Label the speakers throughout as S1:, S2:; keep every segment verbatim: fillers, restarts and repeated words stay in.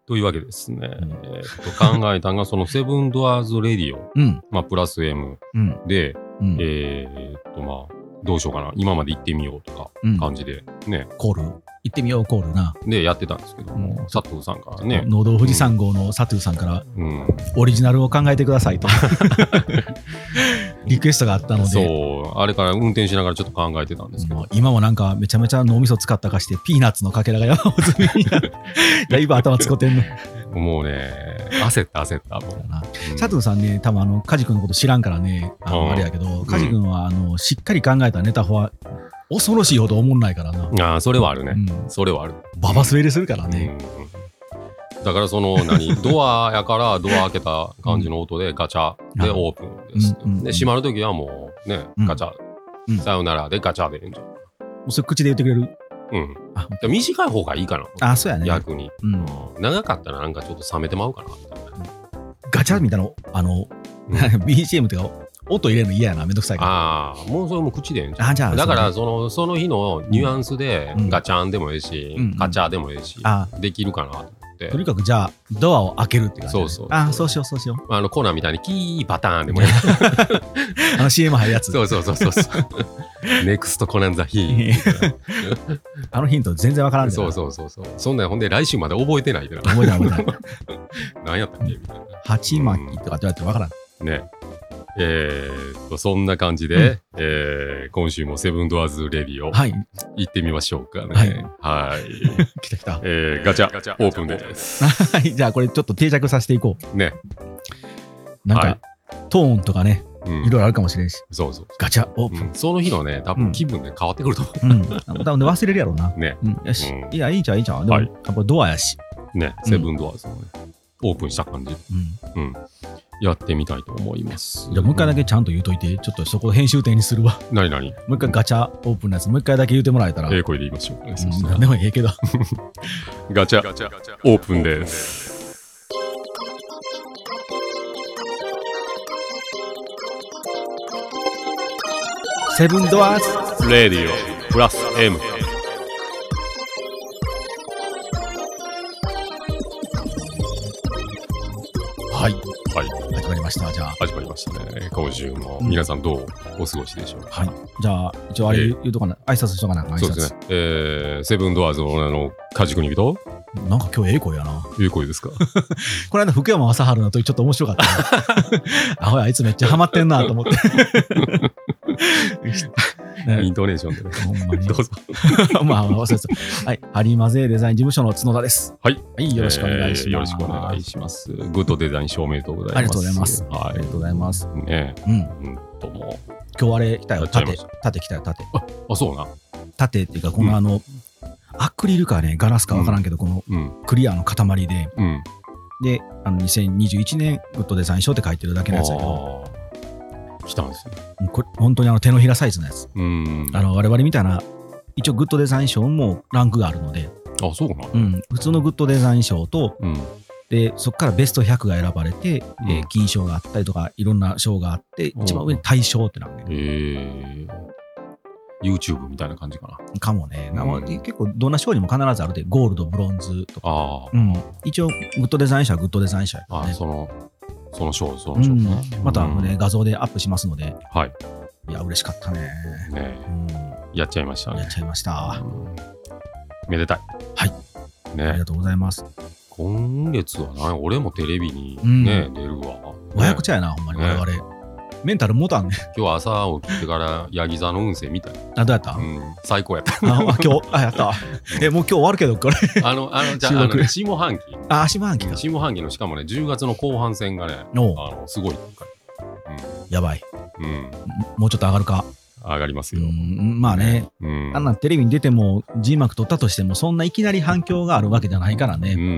S1: というわけですね、うんえー、と考えたのがそのセブンドアーズレディオ、うんまあ、プラス M で、うんえー、とまあどうしようかな今まで行ってみようとか感じでね、
S2: うん、コール行ってみようコールな
S1: でやってたんですけども、佐藤さんからね
S2: 農道富士山号の佐藤さんから、うん、オリジナルを考えてくださいとリクエストがあったので、
S1: そうあれから運転しながらちょっと考えてたんですけど、
S2: うん、今もなんかめちゃめちゃ脳みそ使ったかしてピーナッツのかけらが山本積みにだいぶ頭使ってんの
S1: もうね焦った焦ったもう、うん、
S2: 佐藤さんね多分あの梶君のこと知らんからね あ, のあれやけど梶君はあのしっかり考えたネタは恐ろしいほど思んないからな。
S1: ああそれはあるね、うん、それはある
S2: ババ滑りするからね、
S1: うん、だからその何ドアやからドア開けた感じの音でガチャでオープンです、うん、で閉まるときはもうねガチャ、うん、さよならでガチャでいいんじゃん。も
S2: うそれ口で言ってくれる。
S1: うんあ短い方がいいかな。
S2: あそうやね
S1: 逆に、うん、長かったらなんかちょっと冷めてまうかなみたいな、
S2: うん、ガチャみたいなあの、うん、ビージーエム っていうか音入れるの嫌やなめんどくさいから。
S1: ああもうそれも口でいいんじゃん。
S2: あじゃあ
S1: だからそのその日のニュアンスでガチャンでもいいし、うん、ガチャでもいいし、うん、できるかなと思って。
S2: とにかくじゃあドアを開けるって感じ。
S1: そうそう
S2: あそうしようそうしよ
S1: う。あのコーナーみたいにキーパターンでもいい
S2: あの シーエム 入るやつ。
S1: そうそうそうそうネクストコナンザヒー
S2: あのヒント全然わからんねん。
S1: そうそうそうそうそんなんほんで来週まで覚えてないで
S2: 覚えてない覚えてない
S1: 何やったっけみたいな
S2: 鉢巻きとかって言われてわからん
S1: ね。えー、とそんな感じで、うんえー、今週もセブンドアーズレディオ、はい、行ってみましょうかね。はい。はい、
S2: 来た来た。
S1: えー、ガチャオープンです。
S2: はい、じゃあこれちょっと定着させていこう。
S1: ね。
S2: なんか、はい、トーンとかね、うん、いろいろあるかもしれんし。
S1: そうそう。
S2: ガチャオープン。
S1: うん、その日のね、多分気分で変わってくると思う。
S2: うん。多分忘れるやろうな。
S1: ね。
S2: うん、よし、うん。いや、いいじゃんいいじゃん。でも、はい、やっぱドアやし。
S1: ね、セブンドアーズのね、オープンした感じ。うん。うんやってみたいと思います。
S2: じゃあもう一回だけちゃんと言うといて、ちょっとそこ編集点にするわ。
S1: 何何
S2: もう一回ガチャオープンのやつ、もう一回だけ言ってもらえたら。
S1: ええ声で言いましょう。
S2: うん、何でもええけど。
S1: ガチャオープンです。
S2: セブンドアー
S1: ズレディオプラス M。
S2: はい、はい、始まりました。じゃあ
S1: 始まりましたね。今週も皆さんどうお過ごしでしょうか。
S2: うん、はい。じゃあ一応あれ言う、えー、とかな挨拶しとかな挨拶。
S1: そうですね。えー、セブンドアーズのあの梶国人。
S2: なんか今日ええ声やな。
S1: ええ声ですか。
S2: この間福山雅治の時ちょっと面白かった。あほやあいつめっちゃハマってんなと思って。
S1: ね、イントネーションでね。ほんまに。どうぞ。
S2: まあ、そうです。はい。ハリマゼデザイン事務所の角田です。
S1: はい。
S2: はい。よろしくお願いします。
S1: えー、よろしくお願いします。グッドデザイン証明とございます。
S2: ありがとうございます。
S1: はい。
S2: ありがとうございます。
S1: ねうん。うんとも。
S2: 今日あれ来たよ。縦。縦来たよ、縦。
S1: あ、あ、そうな。
S2: 縦っていうか、このあの、うん、アクリルかね、ガラスかわからんけど、うん、このクリアの塊で、うん、で、あのにせんにじゅういちねんグッドデザイン賞って書いてるだけのやつだけど。
S1: 来たんですね。
S2: これ本当にあの手のひらサイズのやつ。うんあの我々みたいな一応グッドデザイン賞もランクがあるので、
S1: あそうなの、
S2: うん、普通のグッドデザイン賞と、うん、でそこからベストひゃくが選ばれて、うんえー、金賞があったりとかいろんな賞があって一番上に大賞ってなるね。へ
S1: え。YouTube みたいな感じかな。
S2: かもね。うん、結構どんな賞にも必ずあるでゴールドブロンズとか。あ、うん、一応グッドデザイン賞はグッドデザイン賞やからね。
S1: あそのその賞、その賞、うん、
S2: また、ねうん、画像でアップしますので、
S1: はい。
S2: いや、嬉しかったね。
S1: ね、うん、やっちゃいましたね。
S2: やっちゃいました。うん、
S1: めでたい。
S2: はい。ね、ありがとうございます。
S1: 今月はな、俺もテレビにね、うん、出るわ。
S2: 和訳ちゃやな、ほんまに、我々。ねメンタル持たんね。
S1: 今日朝起きてからヤギ座の運勢見たよ。
S2: あ、どうやった？
S1: うん、最高やった。
S2: あ、今日、あ、やった。え、もう今日終わるけど、これ。
S1: あの、あの、じゃあ、あの、下半期。
S2: あ、下半期か。
S1: 下半期の、しかもね、じゅうがつの後半戦がね、あの、すごい。うん、
S2: やばい。うん。もうちょっと上がるか。
S1: 上がりますよ。
S2: うん、まあね、うん、あんなテレビに出ても G マーク取ったとしてもそんないきなり反響があるわけじゃないからね。うんうんうん、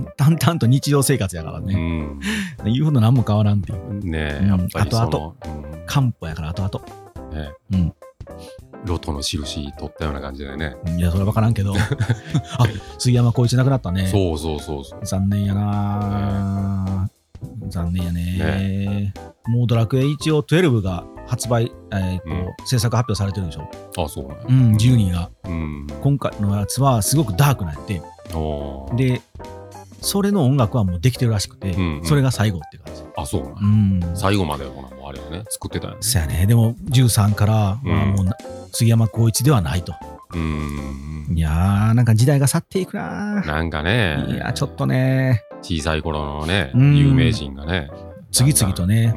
S2: 淡々と日常生活やからね。うん、言うほど何も変わらんっていう。
S1: ねえ、やっぱりその
S2: あとあと、漢方やからあとあと。
S1: ねえ。うん。ロトの印取ったような感じでね。
S2: いや、それは分からんけど。あ、杉山浩一亡くなったね。
S1: そうそうそうそう。
S2: 残念やな、ね、残念やね、ね。もうドラクエ一応じゅうにが発売、えーとうん、制作発表されてるでしょ。
S1: あ、そうね。
S2: うん、じゅうにが、うん。今回のやつはすごくダークなやって。で、 それの音楽はもうできてるらしくて、うんうん、それが最後って感じ。
S1: あ、そうなんや、うん、最後までほなもうあれよね作ってたよね。
S2: そうやね。でもじゅうさんから、うん、まあ、もう杉山浩一ではないと。うん、いやーなんか時代が去っていくな。
S1: なんかね、
S2: いやちょっとね、
S1: 小さい頃のね有名人がね
S2: 次々とね、
S1: うん、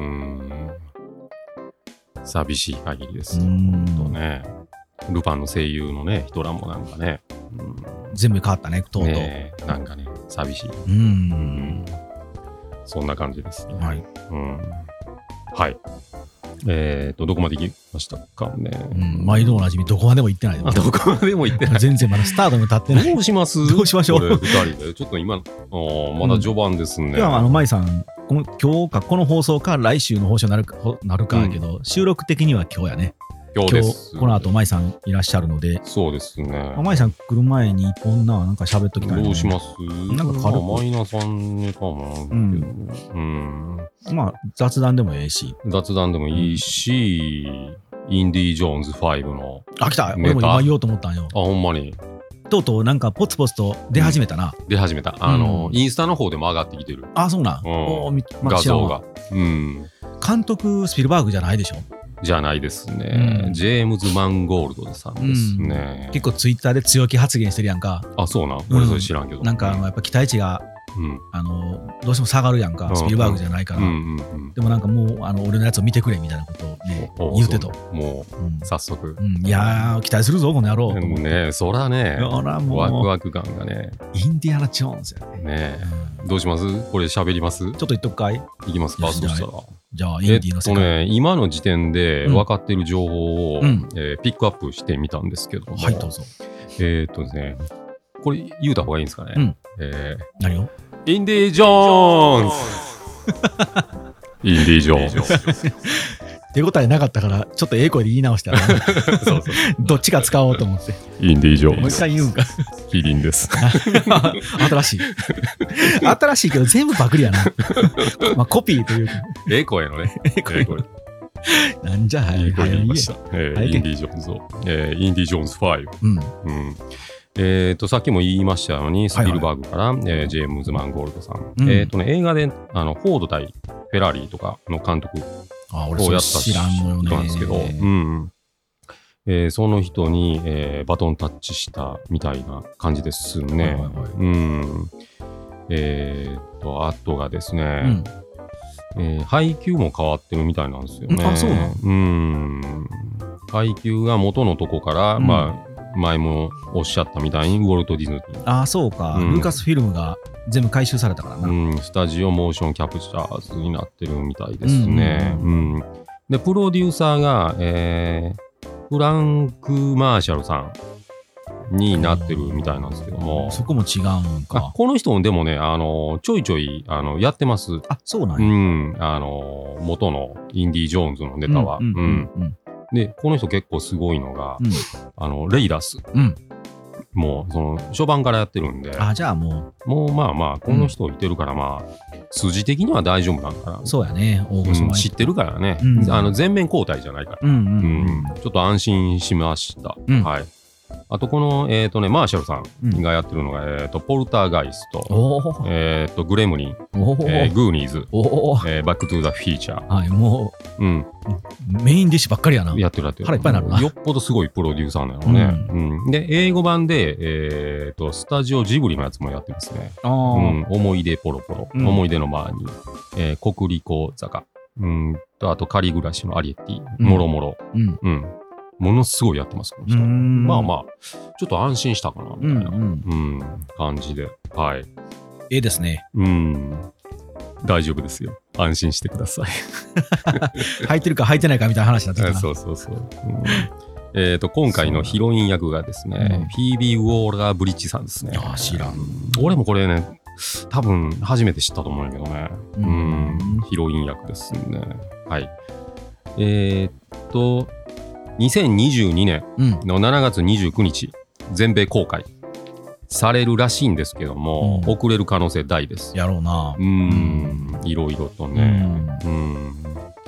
S1: 寂しい限りです。うんとね、ルパンの声優のね人らもなんかね、
S2: うん、全部変わったねとうとう
S1: ね。なんかね寂しい。うん、うん、そんな感じですね。はい、うん、はい。えーとどこまで行きましたかね。
S2: うん、毎度おなじみどこまでも行ってない。
S1: あ、どこまでも行ってない。
S2: 全然まだスタートも立ってない。
S1: どうします？
S2: どうしましょう。
S1: これふたりでちょっと今あまだ序盤ですね。
S2: うん、今あの舞さんこの今日かこの放送か来週の放送になるかなるかだけど、うん、収録的には今日やね。
S1: 今日です。
S2: 今日この後舞さんいらっしゃるので。
S1: そうですね。
S2: 舞さん来る前にこんななんか喋っときたい、ね。
S1: どうします？
S2: なんか軽く。
S1: マイナさんネタもあるけど、うんうん、
S2: まあ雑談でもええし。
S1: 雑談でもいいし、うん、インディ・ジョーンズファイブの
S2: あ、来た。俺も今言おうと思ったんよ。
S1: あ、ほんまに。
S2: とうとうなんかポツポツと出始めたな。
S1: うん、出始めた。あの、うん、インスタの方でも上がってきてる。
S2: あ、そうなん。うん、
S1: おまあ、画像が。うん。
S2: 監督スピルバーグじゃないでしょ。
S1: じゃないですね、うん、ジェームズ・マンゴールドさんですね、
S2: うん、結構ツイッターで強気発言してるやんか。
S1: あ、そうなん、俺それ知らんけど、
S2: なんかあのやっぱ期待値が、うん、あのどうしても下がるやんか、スピルバーグじゃないから、うんうんうん、でもなんかもうあの俺のやつを見てくれみたいなことを、ね、言ってと。
S1: もう、うん、早速、
S2: うん、いやー期待するぞこの野郎と
S1: 思って。ね、そらね、
S2: そらもう
S1: ワクワク感がね、
S2: インディアナ・ジョーンズやね。
S1: ね、うん、どうします？これ喋ります？ちょ
S2: っと言っとくかい？
S1: いきますか。そしたら
S2: じゃあインディの世界、
S1: えっとね、今の時点で分かっている情報を、うんえー、ピックアップしてみたんですけども、
S2: はい、どうぞ。
S1: えっとですね、これ言うた方がいいんですかね。うん
S2: えー、何を？
S1: インディ・ジョーンズインディ・ジョーンズ
S2: 手応えなかったからちょっとええ声で言い直したらそうそうどっちか使おうと思って。
S1: インディ・ジョーンズ
S2: もう一回言うんか。
S1: キリンです
S2: 新しい新しいけど全部パクリやなまあコピーというか
S1: ええ声のねええ声
S2: なんじゃはい
S1: いい声言いました、えー、インディ・ジョーンズを、えー、インディ・ジョーンズファイブ、うんうんえー、とさっきも言いましたようにスピルバーグから、はいはいえー、ジェームズ・マンゴールドさん、うんえーとね、映画であのフォード対フェラーリとかの監督をやった人なんですけど、うんえー、その人に、えー、バトンタッチしたみたいな感じですね。はいはいはいうんえー、とあとがですね、うんえー、配給も変わってるみたいなんですよね。
S2: あ、そうなの？
S1: うん配給が元のとこから、うんまあ前もおっしゃったみたいにウォルト・ディズニー。
S2: ああ、そうか、うん、ルーカスフィルムが全部回収されたからな、
S1: うん、スタジオモーションキャプチャーズになってるみたいですね、うんうん、でプロデューサーが、えー、フランク・マーシャルさんになってるみたいなんですけども、
S2: そこも違うんか。
S1: この人もでもねあのちょいちょいあのやってます。
S2: あ、そうなんや、
S1: うん、あの元のインディ・ジョーンズのネタは、うんうんうんうんでこの人結構すごいのが、うん、あのレイダス、うん、もうその初版からやってるんで、
S2: あじゃあも
S1: うもうまあまあこの人いてるから、まあ、うん、筋的には大丈夫なんかな。
S2: そうやね、大御所、
S1: うん、知ってるからね、うん、あの全面交代じゃないから、うんうんうんうん、ちょっと安心しました、うん、はい。あとこの、えーとね、マーシャルさんがやってるのが、うん、えーとポルターガイスト、えーとグレムリン、えー、グーニーズ、えー、バックトゥーザフィーチャー、
S2: はい、もう、うん、メインディッシュばっかりやな。
S1: やってるやってる。
S2: 腹いっぱいになるな。
S1: よっぽどすごいプロデューサーなのね、うんうん、で英語版で、えーとスタジオジブリのやつもやってますね。あ、うん、思い出ポロポロ、うん、思い出の前に、えー、国立小坂、うん、とあと仮暮らしのアリエッティ、うん、もろもろ、うんうんものすごいやってます、この人。まあまあ、ちょっと安心したかな、みたいな、うんうんうん、感じで。はい。
S2: ええですね。
S1: うん。大丈夫ですよ。安心してください。
S2: 履いてるか履いてないかみたいな話になってきたな。
S1: そうそうそう。うんえーと、今回のヒロイン役がですね、うん、フィービー・ウォーラー・ブリッジさんですね。
S2: ああ、知らん。
S1: 俺もこれね、多分初めて知ったと思うんやけどね。うん。うんヒロイン役ですね。はい。えー、っと、にせんにじゅうにねんのしちがつにじゅうくにち、うん、全米公開されるらしいんですけども、うん、遅れる可能性大です。
S2: やろうな。
S1: うん、いろいろとね。うん。うん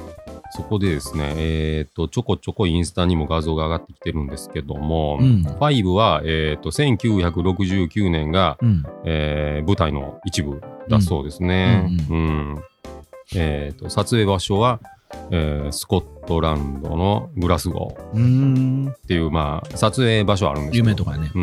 S1: そこでですね、えっ、ー、と、ちょこちょこインスタにも画像が上がってきてるんですけども、うん、ごは、えっ、ー、と、せんきゅうひゃくろくじゅうきゅうねんが、うん、えー、舞台の一部だそうですね。うんうんうん、えっ、ー、と、撮影場所は、えー、スコットランドのグラスゴーっていう、まあ、撮影場所あるんですけど、
S2: 有名とかね。
S1: うんうん、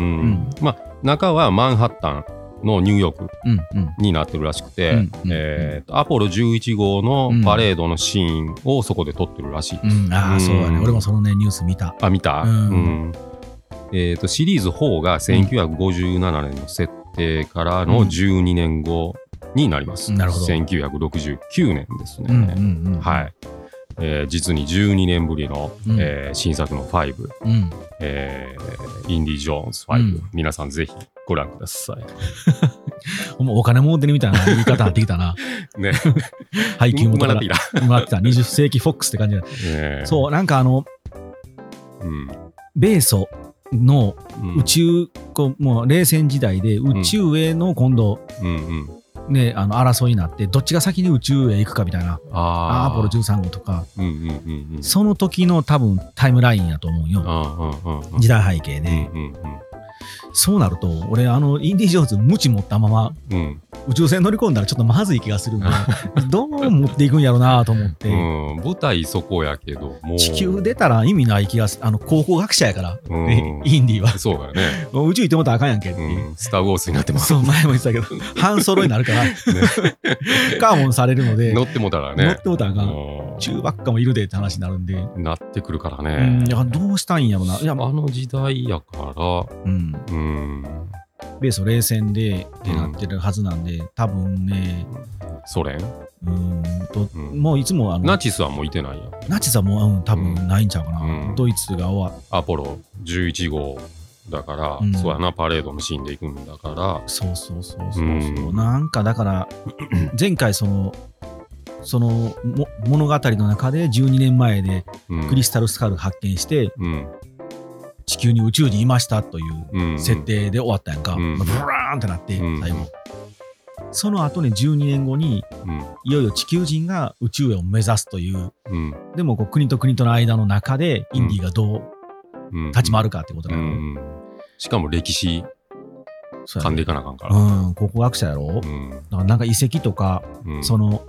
S1: まあ、中はマンハッタンのニューヨークになってるらしくて、うんうんえー、アポロじゅういち号のパレードのシーンをそこで撮ってるらしいです。
S2: うん、ああ、そうだね。俺もそのね、ニュース見た。
S1: あ、見た、うんうんえー、とシリーズよんがせんきゅうひゃくごじゅうななねんの設定からのじゅうにねんごになります。うん、なるほど。せんきゅうひゃくろくじゅうきゅうねんですね。うんうんうん、はい。えー、実にじゅうにねんぶりの、うんえー、新作のご、うんえー、インディ・ジョーンズご、うん、皆さんぜひご覧ください。
S2: もうお金儲けるみたいな言い方になってきたな。ね。配給元からもらってたにじゅっせいきフォックスって感じだ、ね、そうなんかあの、うん、米ソの宇宙、うん、こうもう冷戦時代で宇宙への今度、うんうんうんね、あの争いになってどっちが先に宇宙へ行くかみたいなあアポロじゅうさん号とか、うんうんうんうん、その時の多分タイムラインやと思うよ、うんうんうん、時代背景で、うんうんうん、そうなると俺あのインディ・ジョーンズ無知持ったまま、うん、宇宙船乗り込んだらちょっとまずい気がするんでどう持っていくんやろうなと思って、うん、
S1: 舞台そこやけどもう
S2: 地球出たら意味ない気がする。あの考古学者やから、うん、インディは
S1: そうだよね
S2: 宇宙行ってもらったらあかんやんけっていう、
S1: うん、スター・ウォーズになってます
S2: そう前も言ってたけど半揃いになるから、ね、カーモンされるので
S1: 乗ってもたらね
S2: 乗ってもたらあかん中ばっかもいるでって話になるんで
S1: なってくるからね、
S2: うん、いやどうしたいんやろな。いや
S1: あの時代やからうん、
S2: うん米ソ冷戦でってなってるはずなんで、うん、多分ね
S1: ソ連
S2: うんと、うん、もういつもあの
S1: ナチスはもういてないや
S2: ナチスはもう、うん、多分ないんちゃうかな、うん、ドイツが終わ
S1: アポロじゅういち号だから、うん、そうやなパレードのシーンで行くんだから
S2: そうそうそうそうそう、うん、なんかだから前回そのそのも物語の中でじゅうにねんまえでクリスタルスカル発見して、うん地球に宇宙人いましたという設定で終わったやんか、うん、ブラーンってなって最後、うん、その後にじゅうにねんごに、うん、いよいよ地球人が宇宙を目指すという、うん、でもこう国と国との間の中でインディがどう立ち回るかってことだよ、うんうん、
S1: しかも歴史噛んでいかなあかんから、
S2: うん、考古学者やろ、うん、だからなんか遺跡とか、うん、その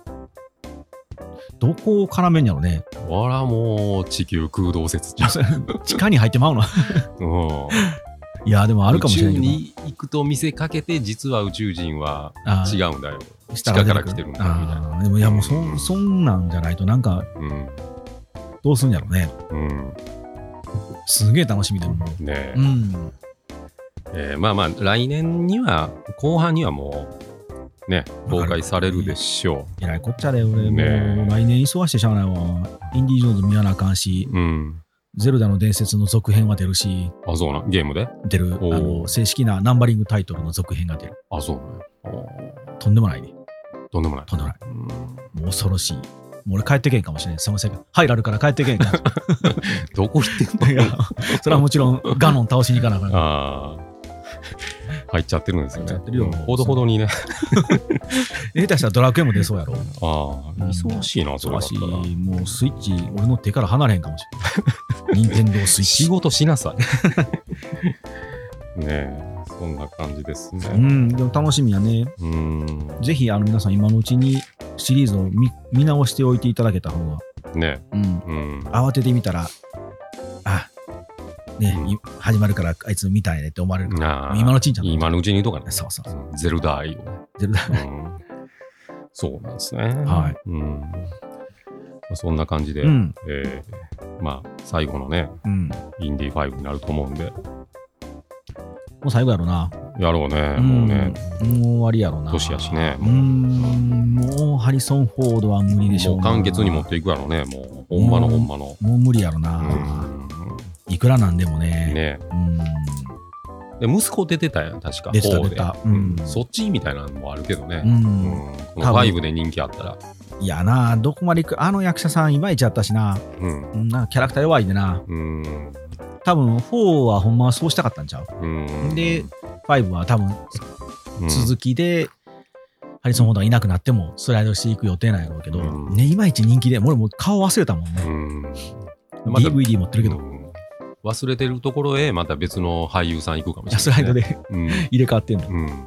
S2: どこを絡めんやろね。
S1: あらもう地球空洞説じゃん
S2: 地下に入ってまうのいやでもあるかもしれないけど
S1: 宇宙に行くと見せかけて実は宇宙人は違うんだよ地下から来てるんだみたいな。
S2: でもいやもう そ,、うん、そんなんじゃないとなんか、うん、どうすんやろね、うん、すげえ楽しみでもねえ、うん
S1: えー、まあまあ来年には後半にはもうね、公開されるでしょ
S2: う。えらいこっちゃで俺もう来年忙してしゃあないわ。インディ・ジョーンズ見やなあかんし、うん、ゼルダの伝説の続編は出るし、
S1: あそうなゲームで
S2: 出るあの正式なナンバリングタイトルの続編が出る。
S1: あそう
S2: ね。とんでもないね。
S1: とんでもない。
S2: とんでもない。うん、もう恐ろしい。もう俺帰ってけんかもしれない。すみません。ハイラルから帰ってけんか。
S1: どこ行ってんの？
S2: それはもちろんガノン倒しに行かなあかん。
S1: あ入っちゃってるんですよね。入っちゃってるよ。ほどほどにね。
S2: 下手したらドラクエも出そうやろ。
S1: ああ、忙しいな、それだったら。
S2: 忙しい。もうスイッチ、俺の手から離れへんかもしれない。任天堂スイッチ。
S1: 仕事しなさい。ねえ、そんな感じですね。
S2: うん、でも楽しみやね。うん。ぜひ、あの、皆さん今のうちにシリーズを 見, 見直しておいていただけた方が。ね。うん。うん、慌ててみたら、あ、ね、うん、始まるからあいつ見たいねって思われるから今のうちにちゃんと
S1: 今のうちにとかね
S2: そうそうそう、
S1: うん、ゼルダ愛をね
S2: ゼルダ愛、うん、
S1: そうなんですね
S2: はい、
S1: うんまあ、そんな感じで、うんえー、まあ最後のね、うん、インディーごになると思うんでも
S2: う最後やろな
S1: やろうね、うん、もうね
S2: もう終わりやろな
S1: 年やしね
S2: もう、うんもうハリソン・フォードは無理でしょう
S1: もう完結に持っていくやろうねもうほんまのほんまの
S2: もう無理やろな、うんいくらなんでもね。ね
S1: うん、で息子出てたやん、確か。
S2: 出てた、出てた。
S1: うん、そっちみたいなのもあるけどね。うんうん、このごで人気あったら。
S2: いやな、どこまで行く、あの役者さんいまいちゃったしな。うん、なんかキャラクター弱いでな。うん、多分よんはほんまはそうしたかったんちゃう。うん、で、ごは多分続きで、 ハリソン・フォードがいなくなってもスライドしていく予定なんやろうけど、うん、ね、いまいち人気で、俺もう顔忘れたもんね。うん、ま、ディーブイディー 持ってるけど、うん。
S1: 忘れてるところへまた別の俳優さん行くかもしれない、ね。
S2: スライドで、うん、入れ替わってんの。うん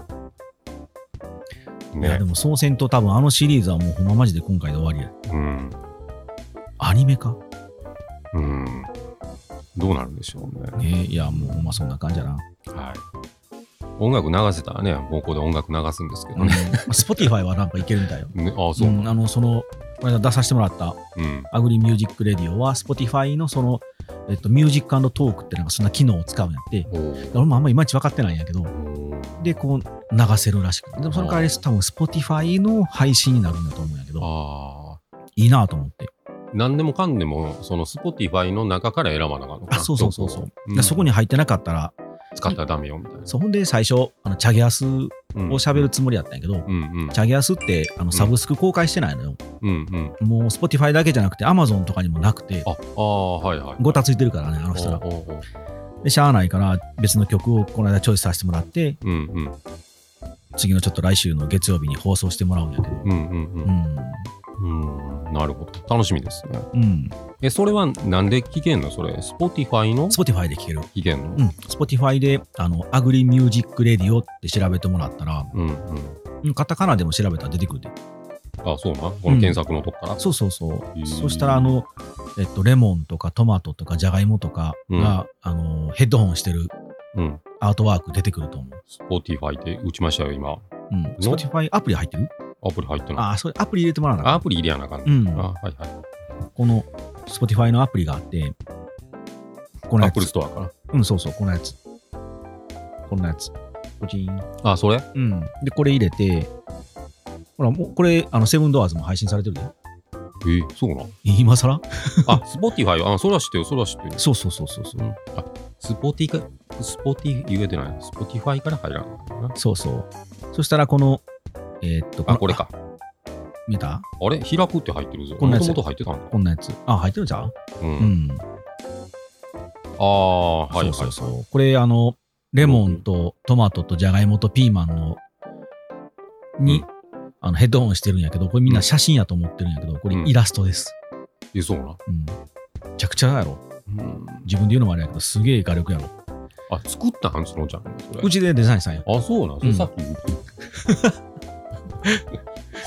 S2: ね、いやでもそうせんと多分あのシリーズはもうほんまマジで今回で終わりや。うん、アニメか。
S1: うん。どうなるんでしょうね。
S2: ねいやもうほんまそんな感じやな。
S1: はい。音楽流せたらね、ここで音楽流すんですけどね。
S2: スポティファイはなんかいけるみたいよ。
S1: ね、ああ、そう、うん。
S2: あの、その、これ出させてもらった、うん、アグリミュージックレディオは、スポティファイのその、えっと、ミュージック&トークってなんかそんな機能を使うんやって、俺もあんまいまいち分かってないんやけど、で、こう、流せるらしくて。でもその代わり多分スポティファイの配信になるんだと思うんやけど、あいいなと思って。
S1: 何でもかんでも、そのスポティファイの中から選ばなかったのかな。
S2: あ、そうそうそうそう。うん、そこに入ってなかったら、
S1: 使ったらダメよみたいな。
S2: そう、ほんで最初、あのチャゲアスを喋るつもりやったんやけど、うんうん、チャゲアスってあのサブスク公開してないのよ。うんうん、もう Spotify だけじゃなくて Amazon とかにもなくて、ああ、はいはい、ごたついてるからね、あの人ら。で、しゃあないから別の曲をこの間チョイスさせてもらって、うんうん、次のちょっと来週の月曜日に放送してもらうんやけど。うんうんうん
S1: うんうん、なるほど。楽しみですね。うん。え、それはなんで聞けんのそれ、Spotify の
S2: Spotify で聞ける。
S1: 聞けんの
S2: うん。Spotify で、あの、アグリミュージックレディオって調べてもらったら、うんうん。カタカナでも調べたら出てくるで。
S1: あ、そうな。この検索のとこから。
S2: うん、そうそうそう。そしたら、あの、えっと、レモンとかトマトとかジャガイモとかが、うん、あの、ヘッドホンしてるアートワーク出てくると思
S1: う。Spotify で打ちましたよ、今。
S2: うん。Spotify アプリ入ってる？
S1: アプリ入ってない。
S2: あ、それアプリ入れてもらわな。
S1: アプリ入れやなあかん。うん。あ、はいはい。
S2: この Spotify のアプリがあって、
S1: このやつ。Apple Store かな。
S2: うん、そうそう、このやつ。こんなやつ。ポチン。
S1: あ、それ？
S2: うん。で、これ入れて、ほら、もうこれ、あの、セブンドアーズも配信されてるで。
S1: えー、そうなん？
S2: 今更？
S1: あ、Spotify、あ、それは知ってる、それは知ってる。
S2: そうそうそうそうそう。うん、
S1: あ、Spotify、Spotify 言えてない。Spotify から入らんの
S2: かな。そうそう。そしたら、この、えー、っと、
S1: あ、これか。
S2: 見た？
S1: あれ開くって入ってるぞ。
S2: こんなやつ。
S1: もともと入ってたんだ。
S2: こんなやつ。あ、入ってるじゃん？うん。うん、
S1: ああ、はいはいはい。
S2: そうそうそう。これ、あの、レモンとトマトとジャガイモとピーマンの、に、うん、あのヘッドホンしてるんやけど、これみんな写真やと思ってるんやけど、これイラストです。
S1: うん、え、そうな。
S2: うん。めちゃくちゃやろ。うん、自分で言うのもあれやけど、すげえ画力やろ。
S1: あ、作ったんそのちゃん。
S2: うちでデザインしたんや。
S1: あ、そうなん。それさっき言って。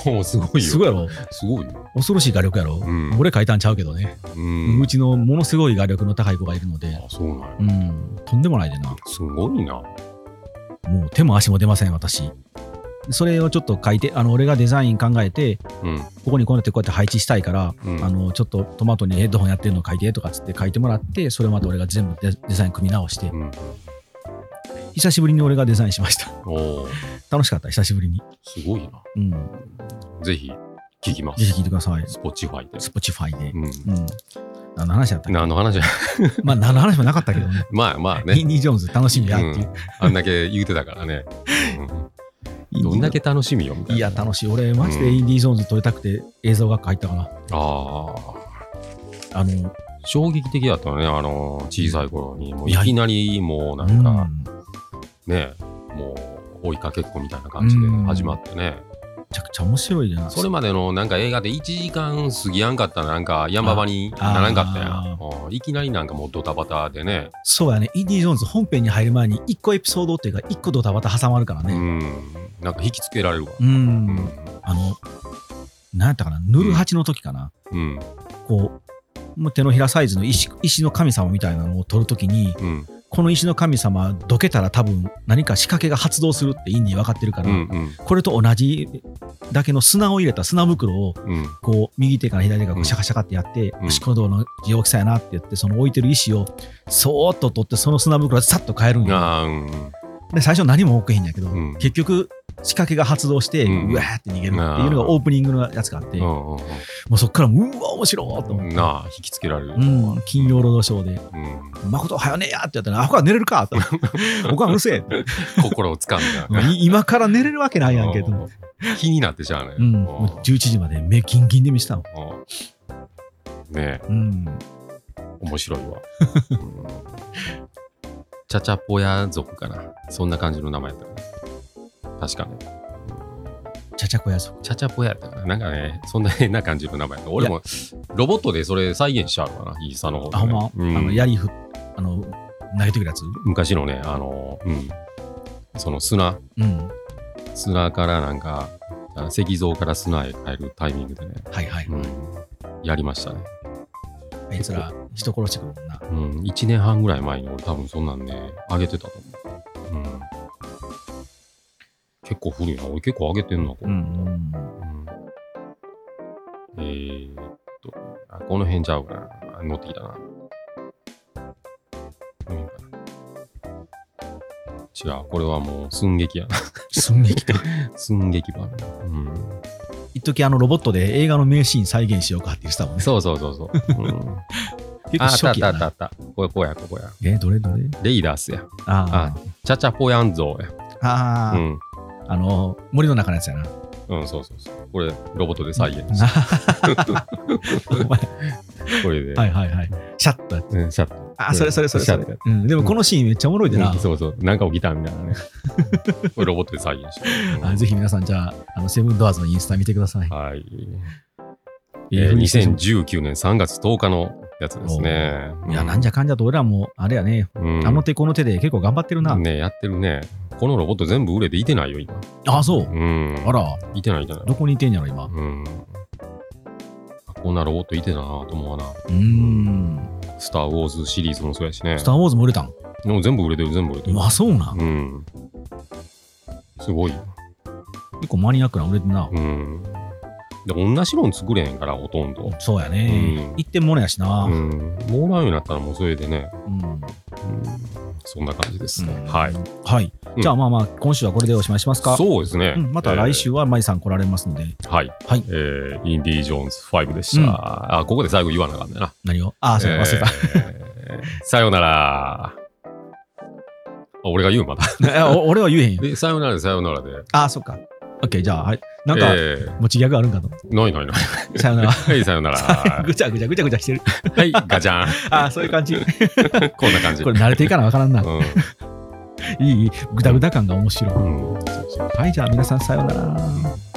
S1: もうすごいよ。
S2: すごいやろ。
S1: すごいよ。
S2: 恐ろしい画力やろ。うん、俺描いたんちゃうけどね。うん。うちのものすごい画力の高い子がいるので。
S1: あ、そうなんや。
S2: うん。とんでもないでな。
S1: すごいな。
S2: もう手も足も出ません、私。それをちょっと書いて、あの俺がデザイン考えて、うん、ここにこうやってこうやって配置したいから、うん、あのちょっとトマトにヘッドホンやってるの書いてとかつって書いてもらって、それをまた俺が全部 デ, デザイン組み直して、うん、久しぶりに俺がデザインしました。お楽しかった、久しぶりに。
S1: すごいな。うん、ぜひ聞きます。
S2: ぜひ聞いてください。
S1: Spotify で。
S2: Spotify で。うんうん、何の話だったっけ？
S1: 何の話
S2: まあ何の話もなかったけどね。
S1: まあまあね。
S2: インディ・ジョーンズ楽しみやっていう、うん。
S1: あんだけ言うてたからね。うんどんだけ楽しみよみたいな。
S2: いや、楽しい。俺、マジでインディ・ジョーンズ撮りたくて映像学科入ったかな。あ
S1: あ。あの、衝撃的だったのね、あの、小さい頃に。もういきなりもうなんか、うん、ね、もう追いかけっこみたいな感じで始まってね。
S2: めちゃくちゃ面白いじゃないですか。
S1: それまでのなんか映画でいちじかん過ぎやんかったらなんか山場にならんかったやん。いきなりなんかもうドタバタでね。
S2: そうやね。インディ・ジョーンズ本編に入る前にいっこエピソードっていうかいっこドタバタ挟まるからね。
S1: うんなんか引きつけられるわ。
S2: うん。うん、あの、なんやったかな、ヌルハチの時かな。うん。こう、もう手のひらサイズの 石, 石の神様みたいなのを取るときに、うん、この石の神様どけたら多分何か仕掛けが発動するってインディ分かってるから、うんうん、これと同じだけの砂を入れた砂袋を、うん、こう右手から左手からこうシャカシャカってやって、うん、よしこの道の大きさやなって言ってその置いてる石をそーっと取ってその砂袋でさっと変えるんや。で最初何も置けへんやけど、うん、結局仕掛けが発動して、うん、うわーって逃げるっていうのがオープニングのやつがあって、うん、もうそっからうわ面白いと思って
S1: なあ引きつけられる、
S2: うん、金曜ロードショーで、うん、誠はよねえやってやったらあほか寝れるかと僕はうるせえ
S1: 心をつかんだ
S2: 今から寝れるわけないやんけど
S1: 気になってしゃあない、
S2: うん、もうじゅういちじまで目ギンギンで見せたの
S1: ねえ、うん、面白いわ、うん、チャチャポヤ族かなそんな感じの名前だったね確かね
S2: チャチャポヤ族。
S1: チャチャポヤやったから、なんかね、そんな変な感じの名前。俺もロボットでそれ再現しちゃうかな、イーサの方で、ね。
S2: あ、ほんま、うん、あの、槍ふ、あの、投げてくるやつ
S1: 昔のね、あの、うん。その砂。うん。砂からなんか、石像から砂へ変えるタイミングでね。
S2: はいはい。うん、
S1: やりましたね。
S2: あいつら人殺してくるもんな。
S1: うん。いちねんはんぐらい前に俺多分そんなんね、あげてたと思う。うん。結構古いな。俺結構あげてんな、これ。うんうんうん、えーっとあ、この辺ちゃうかな。乗ってきたな。うん、違う。これはもう寸劇やな。
S2: 寸劇か。
S1: 寸劇版。うん。
S2: 一時あのロボットで映画の名シーン再現しようかって言ってたもんね。
S1: そうそうそうそう。うん、
S2: 結構初期やな。
S1: あったあったあった。これこうや、ここや。
S2: えー、どれどれ
S1: レイダースや。ああ。チャチャポヤンゾーや。
S2: ああ。うん。あの、森の中のやつやな。
S1: うん、そうそうそう。これ、ロボットで再現して。これで。
S2: はいはいはい。シャッとやって。
S1: うん、シャッと。
S2: あ、それそれそれそれ。うん、でもこのシーンめっちゃおもろいでな。
S1: うん、そうそう。なんか起きたみたいなね。これロボットで再現して。
S2: うん、ぜひ皆さん、じゃあ、あのセブンドアーズのインスタ見てください。
S1: はい。えー、にせんじゅうきゅうねんさんがつとおかのやつですね。
S2: いや、なんじゃかんじゃと俺らも、あれやね、うん、あの手この手で結構頑張ってるな。
S1: ね、やってるね。このロボット全部売れていてないよ、今。
S2: ああ、そう。
S1: うん。
S2: あら。
S1: いてないいてない。
S2: どこにいてんやろ、今。
S1: うん。こんなロボットいてたなと思うな。
S2: うん。
S1: スター・ウォーズシリーズもそうやしね。
S2: スター・ウォーズも売れたん？
S1: でも全部売れてる、全部売れてる。
S2: あ、そうなん。
S1: うん。すごい。
S2: 結構マニアックな売れてるな。
S1: うん。で、同じもん作れへんから、ほとんど。
S2: そうやね。うん、一点物やしな。
S1: うん。もらうようになったらもうそれでね。うん。うん、そんな感じです。うん、はい。
S2: はい。うん、じゃあまあまあ、今週はこれでおしまいしますか。
S1: そうですね。
S2: うん、また来週はマイさん来られますので。
S1: えー、はい。はい。えー、インディ・ジョーンズファイブでした。うん、あ、ここで最後言わなあかんねんな。
S2: 何を？あ、そう、忘れた。
S1: えー、さよなら。あ、俺が言うまだ。
S2: 俺は言えへんよ。
S1: え、さよならでさよならで。
S2: あ、そっか。オッケー、じゃあ、はい。なんか、えー、持ちギャグあるんかと。
S1: ないないない。
S2: さよなら。
S1: はい、さよなら。
S2: ぐちゃぐちゃぐちゃぐちゃしてる。
S1: はい、ガチャン。
S2: あ、そういう感じ。
S1: こんな感じ。
S2: これ慣れていかなわからんな。うん、いい、ぐだぐだ感が面白い。うん、はい、じゃあ皆さんさよなら。